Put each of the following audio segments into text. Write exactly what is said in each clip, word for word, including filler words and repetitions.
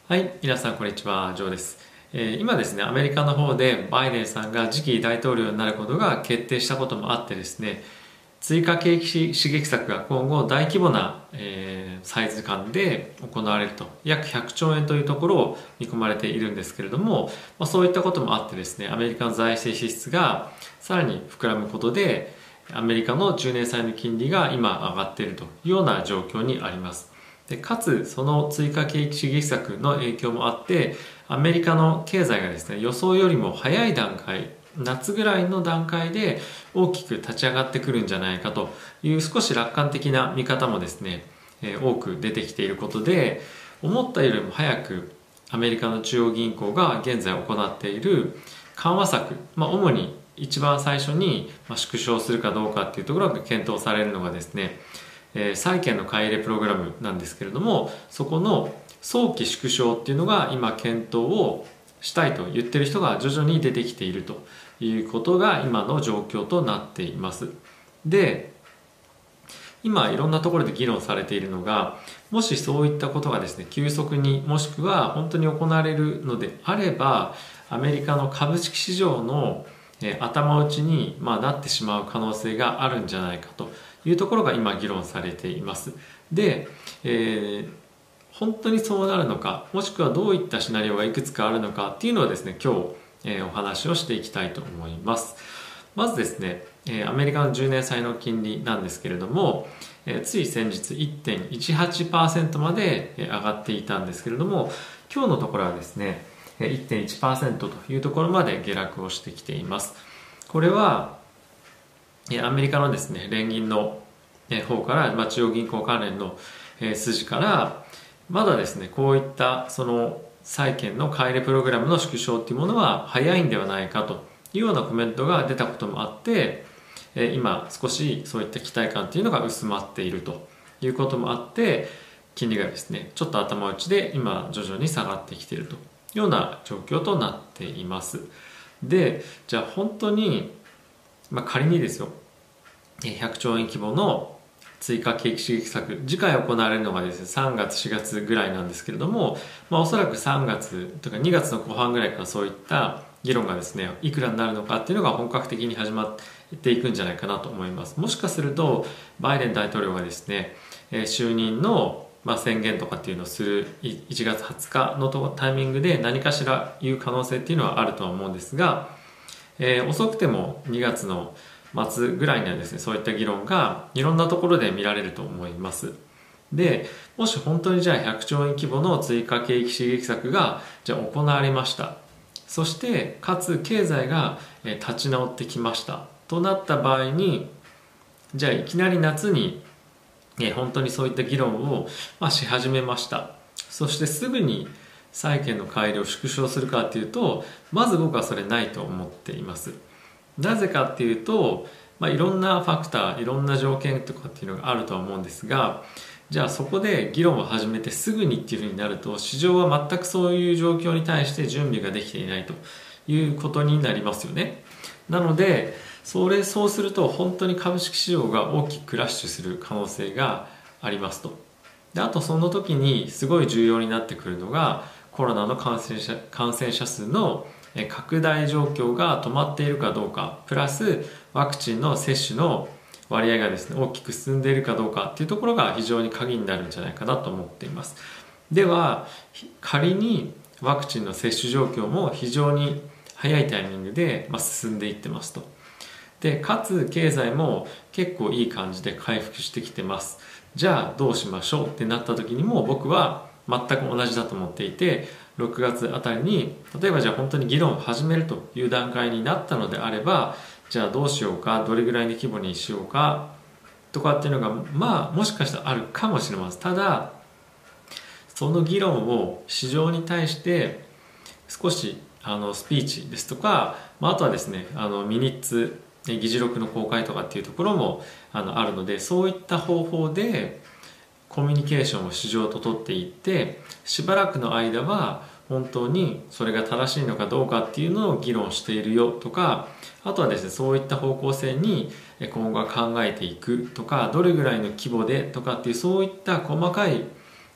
はい、皆さんこんにちは、ジョーです。えー今ですね、アメリカの方でバイデンさんが次期大統領になることが決定したこともあってですね、追加景気刺激策が今後大規模な、えーサイズ感で行われると、約ひゃくちょうえんというところを見込まれているんですけれども、まあ、そういったこともあってですね、アメリカの財政支出がさらに膨らむことで、アメリカのじゅうねん債の金利が今上がっているというような状況にあります。でかつその追加景気刺激策の影響もあってアメリカの経済がですね予想よりも早い段階夏ぐらいの段階で大きく立ち上がってくるんじゃないかという少し楽観的な見方もですね、えー多く出てきていることで思ったよりも早くアメリカの中央銀行が現在行っている緩和策、まあ、主に一番最初にまあ縮小するかどうかっていうところが検討されるのがですねえー債券の買い入れプログラムなんですけれども、そこの早期縮小っていうのが今検討をしたいと言ってる人が徐々に出てきているということが今の状況となっています。で、今いろんなところで議論されているのが、もしそういったことがですね急速にもしくは本当に行われるのであれば、アメリカの株式市場のえー頭打ちに、まあ、なってしまう可能性があるんじゃないかというところが今議論されています。で、えー本当にそうなるのか、もしくはどういったシナリオがいくつかあるのかっていうのをですね今日、えーお話をしていきたいと思います。まずですね、えーアメリカのじゅうねん債の金利なんですけれども、えーつい先日 いってんいちはちパーセント までえー上がっていたんですけれども、今日のところはですねえーいってんいちパーセント というところまで下落をしてきています。これはえーアメリカのですね連銀のえー方から、まあ、中央銀行関連のえー筋からまだですねこういったその債券の買い入れプログラムの縮小っていうものは早いんではないかというようなコメントが出たこともあって、えー今少しそういった期待感っていうのが薄まっているということもあって金利がですねちょっと頭打ちで今徐々に下がってきているというような状況となっています。で、じゃあ本当に、まあ、仮にですよひゃくちょうえん規模の追加景気刺激策、次回行われるのがですねさんがつしがつぐらいなんですけれども、まあ、おそらくさんがつとかにがつの後半ぐらいからそういった議論がですねいくらになるのかっていうのが本格的に始まっていくんじゃないかなと思います。もしかするとバイデン大統領がですねえー就任のまあ宣言とかっていうのをするいちがつはつかのとタイミングで何かしら言う可能性っていうのはあるとは思うんですが、えー遅くてもにがつの末ぐらいにはですねそういった議論がいろんなところで見られると思います。で、もし本当にじゃあひゃくちょうえん規模の追加景気刺激策がじゃあ行われました、そしてかつ経済がえー立ち直ってきましたとなった場合に、じゃあいきなり夏にえー本当にそういった議論を、まあ、し始めました、そしてすぐに債券の買い入れを縮小するかっていうと、まず僕はそれないと思っています。なぜかっていうと、まあ、いろんなファクターいろんな条件とかっていうのがあるとは思うんですが、じゃあそこで議論を始めてすぐにっていうふうになると市場は全くそういう状況に対して準備ができていないということになりますよね。なのでそれそうすると本当に株式市場が大きくクラッシュする可能性がありますと。であとその時にすごい重要になってくるのがコロナの感染者感染者数のえー拡大状況が止まっているかどうか、プラスワクチンの接種の割合がですね大きく進んでいるかどうかっていうところが非常に鍵になるんじゃないかなと思っています。では仮にワクチンの接種状況も非常に早いタイミングで、まあ、進んでいってますと。でかつ経済も結構いい感じで回復してきてます。じゃあどうしましょうってなった時にも僕は全く同じだと思っていて、ろくがつあたりに例えばじゃあ本当に議論を始めるという段階になったのであれば、じゃあどうしようか、どれぐらいの規模にしようかとかっていうのがまあもしかしたらあるかもしれません。ただその議論を市場に対して少しあのスピーチですとか、まあ、あとはですねあのミニッツ議事録の公開とかっていうところもあのあるので、そういった方法でコミュニケーションを市場と取っていってしばらくの間は本当にそれが正しいのかどうかっていうのを議論しているよとか、あとはですねそういった方向性に今後は考えていくとか、どれぐらいの規模でとかっていうそういった細かい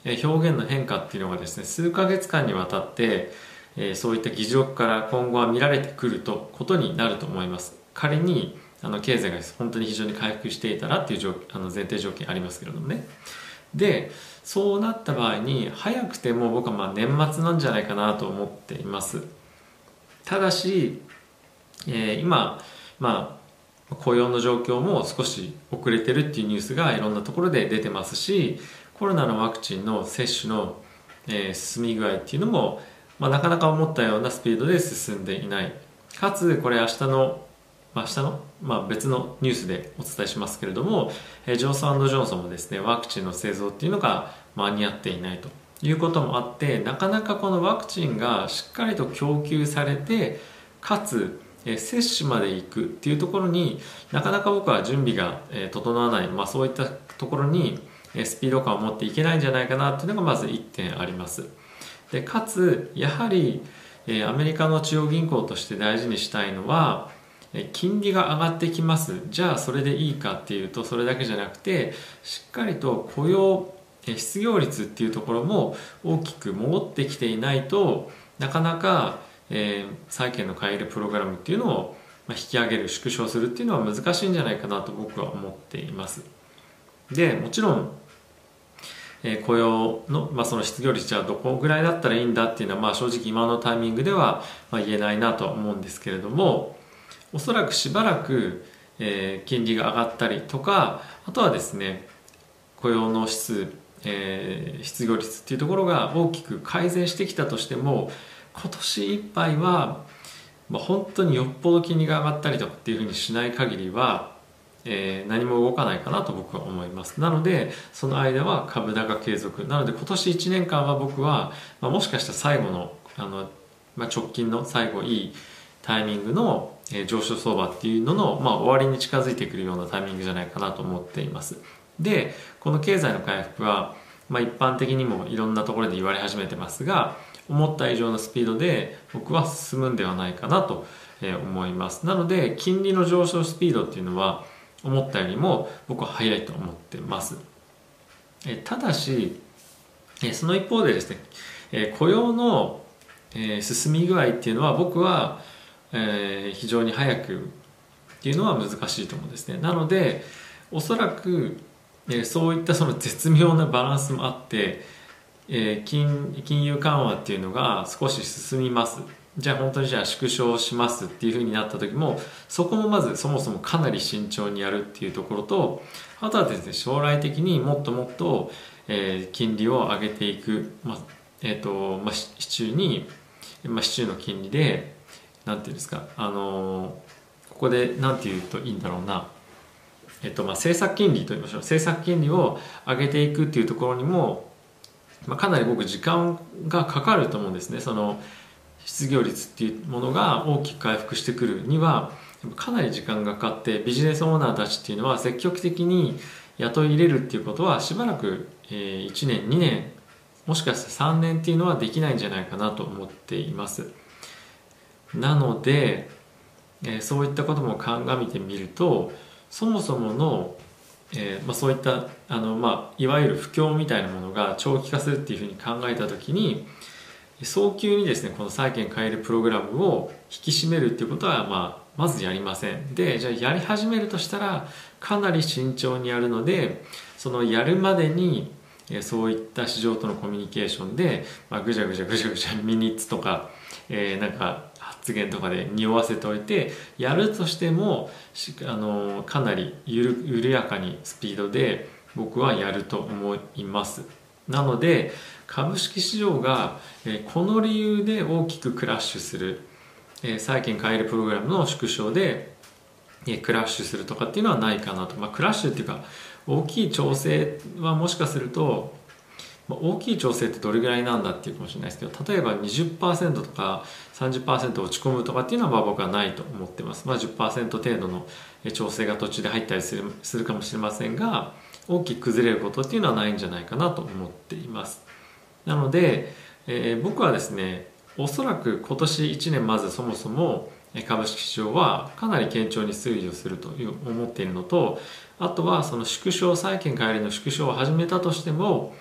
えー表現の変化っていうのがですね、数ヶ月間にわたって、えーそういった議事録から今後は見られてくるとことになると思います。仮にあの経済が本当に非常に回復していたらっていう条あの前提条件ありますけれどもね。でそうなった場合に早くても僕はまあ年末なんじゃないかなと思っています。ただし、えー今、まあ、雇用の状況も少し遅れてるっていうニュースがいろんなところで出てますし、コロナのワクチンの接種の、えー進み具合っていうのも、まあ、なかなか思ったようなスピードで進んでいない。かつこれ明日の、まあ、明日の、まあ、別のニュースでお伝えしますけれども、えージョンソンジョンソンもですね、ワクチンの製造っていうのが間に合っていないということもあって、なかなかこのワクチンがしっかりと供給されて、かつえー接種まで行くっていうところになかなか僕は準備がえー整わない、まあ、そういったところにえースピード感を持っていけないんじゃないかなっていうのがまずいってんあります。でかつやはりえーアメリカの中央銀行として大事にしたいのは、えー金利が上がってきます、じゃあそれでいいかっていうとそれだけじゃなくて、しっかりと雇用えー失業率っていうところも大きく戻ってきていないと、なかなかえー債券の買い入れプログラムっていうのをまあ引き上げる縮小するっていうのは難しいんじゃないかなと僕は思っています。でもちろん、えー雇用の、まあ、その失業率じゃあどこぐらいだったらいいんだっていうのは、まあ、正直今のタイミングではまあ言えないなとは思うんですけれども、おそらくしばらく、えー金利が上がったりとか、あとはですね雇用の指数、えー失業率っていうところが大きく改善してきたとしても、今年いっぱいは、まあ、本当によっぽど金利が上がったりとかっていうふうにしない限りは、えー何も動かないかなと僕は思います。なのでその間は株高継続なので、今年いちねんかんは僕は、まあ、もしかしたら最後の、あの、まあ、直近の最後いいタイミングの、えー上昇相場っていうのの、まあ、終わりに近づいてくるようなタイミングじゃないかなと思っています。でこの経済の回復は、まあ、一般的にもいろんなところで言われ始めてますが、思った以上のスピードで僕は進むんではないかなと思います。なので金利の上昇スピードっていうのは思ったよりも僕は速いと思ってます。ただしその一方でですね、雇用の進み具合っていうのは僕は非常に早くっていうのは難しいと思うんですね。なのでおそらくそういったその絶妙なバランスもあって、えー、金, 金融緩和っていうのが少し進みます、じゃあ本当にじゃあ縮小しますっていうふうになった時も、そこもまずそもそもかなり慎重にやるっていうところと、あとはですね将来的にもっともっと、えー、金利を上げていく、まあえーとまあ、市中に、まあ、市中の金利でなんていうんですか、あのー、ここでなんて言うといいんだろうな、えっとまあ、政策金利と言いましょう、政策金利を上げていくっていうところにも、まあ、かなり僕時間がかかると思うんですね。その失業率っていうものが大きく回復してくるにはかなり時間がかかって、ビジネスオーナーたちっていうのは積極的に雇い入れるっていうことはしばらくいちねんにねんもしかしたらさんねんっていうのはできないんじゃないかなと思っています。なのでそういったことも鑑みてみると、そもそもの、えーまあ、そういったあの、まあ、いわゆる不況みたいなものが長期化するっていうふうに考えた時に、早急にですねこの債券買えるプログラムを引き締めるっていうことは、まあ、まずやりません。でじゃあやり始めるとしたらかなり慎重にやるので、そのやるまでにそういった市場とのコミュニケーションで、まあ、ぐちゃぐちゃぐちゃぐちゃミニッツとか、えー、なんか発言とかで匂わせておいて、やるとしてもあのかなりゆる緩やかにスピードで僕はやると思います。なので株式市場がこの理由で大きくクラッシュする、債券買えるプログラムの縮小でクラッシュするとかっていうのはないかなと。まあ、クラッシュっていうか大きい調整はもしかすると、大きい調整ってどれぐらいなんだっていうかもしれないですけど、例えば にじゅっパーセント とか さんじゅっパーセント 落ち込むとかっていうのはまあ僕はないと思ってます。まあ、じゅっパーセント 程度の調整が途中で入ったりする、するかもしれませんが、大きく崩れることっていうのはないんじゃないかなと思っています。なので、えー、僕はですねおそらく今年いちねんまずそもそも株式市場はかなり堅調に推移をするという思っているのと、あとはその縮小債券買い入れの縮小を始めたとしても、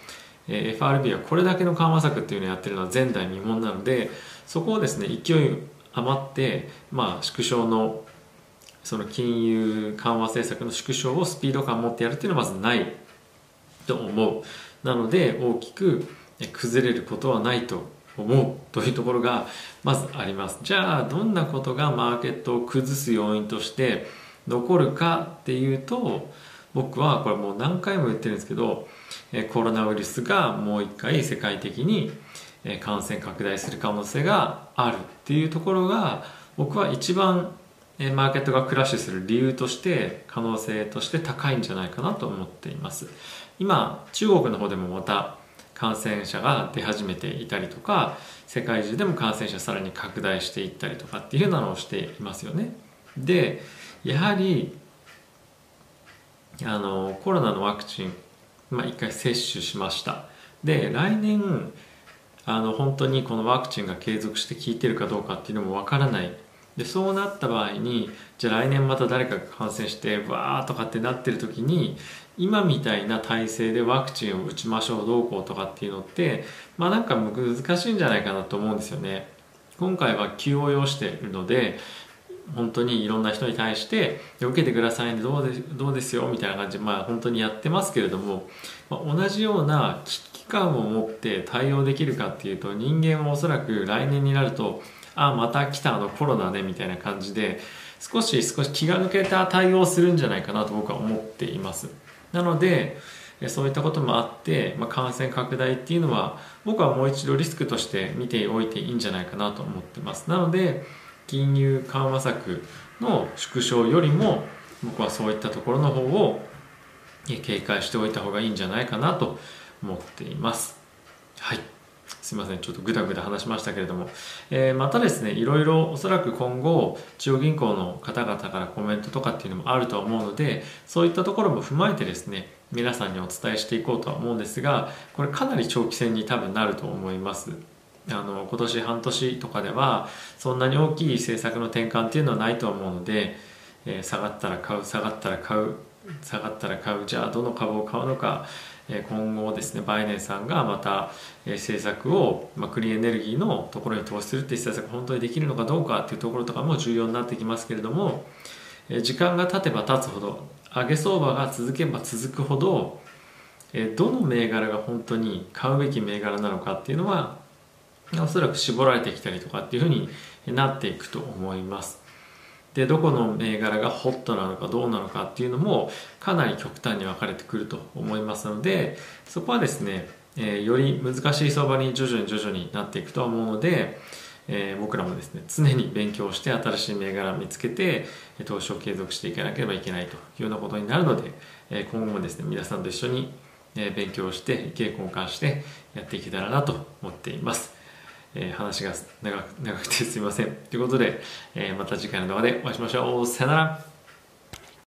エフアールビー はこれだけの緩和策っていうのをやってるのは前代未聞なので、そこをですね勢い余って、まあ、縮小のその金融緩和政策の縮小をスピード感を持ってやるっていうのはまずないと思う。なので大きく崩れることはないと思うというところがまずあります。じゃあどんなことがマーケットを崩す要因として残るかっていうと、僕はこれもう何回も言ってるんですけど、コロナウイルスがもう一回世界的に感染拡大する可能性があるっていうところが、僕は一番マーケットがクラッシュする理由として可能性として高いんじゃないかなと思っています。今中国の方でもまた感染者が出始めていたりとか、世界中でも感染者さらに拡大していったりとかっていうのをしていますよね。でやはりあのコロナのワクチン、まあ、いっかい接種しました。で来年あの本当にこのワクチンが継続して効いてるかどうかっていうのもわからない。でそうなった場合に、じゃあ来年また誰かが感染してわーとかってなってる時に、今みたいな体制でワクチンを打ちましょうどうこうとかっていうのってまあなんか難しいんじゃないかなと思うんですよね。今回は急を要しているので、本当にいろんな人に対して受けてくださいね、どうでどうですよみたいな感じで、まあ本当にやってますけれども、まあ、同じような危機感を持って対応できるかっていうと、人間はおそらく来年になると、あまた来たあのコロナねみたいな感じで少し少し気が抜けた対応をするんじゃないかなと僕は思っています。なのでそういったこともあって、まあ、感染拡大っていうのは僕はもう一度リスクとして見ておいていいんじゃないかなと思ってます。なので金融緩和策の縮小よりも僕はそういったところの方を警戒しておいた方がいいんじゃないかなと思っています。はい、すいません、ちょっとグダグダ話しましたけれども、えー、またですねいろいろおそらく今後中央銀行の方々からコメントとかっていうのもあるとは思うので、そういったところも踏まえてですね皆さんにお伝えしていこうとは思うんですが、これかなり長期戦に多分なると思います。あの今年半年とかではそんなに大きい政策の転換っていうのはないと思うので、えー、下がったら買う下がったら買う下がったら買う、じゃあどの株を買うのか、えー、今後ですねバイデンさんがまた、えー、政策を、まあ、クリーンエネルギーのところに投資するっていう政策が本当にできるのかどうかっていうところとかも重要になってきますけれども、えー、時間が経てば経つほど、上げ相場が続けば続くほど、えー、どの銘柄が本当に買うべき銘柄なのかっていうのはおそらく絞られてきたりとかっていうふうになっていくと思います。でどこの銘柄がホットなのかどうなのかっていうのもかなり極端に分かれてくると思いますので、そこはですね、えー、より難しい相場に徐々に徐々になっていくと思うので、えー、僕らもですね常に勉強して新しい銘柄を見つけて投資を継続していかなければいけないというようなことになるので、えー、今後もですね皆さんと一緒に勉強して意見交換してやっていけたらなと思っています。えー、話が長く長くてすいません。ということで、えー、また次回の動画でお会いしましょう。さよなら。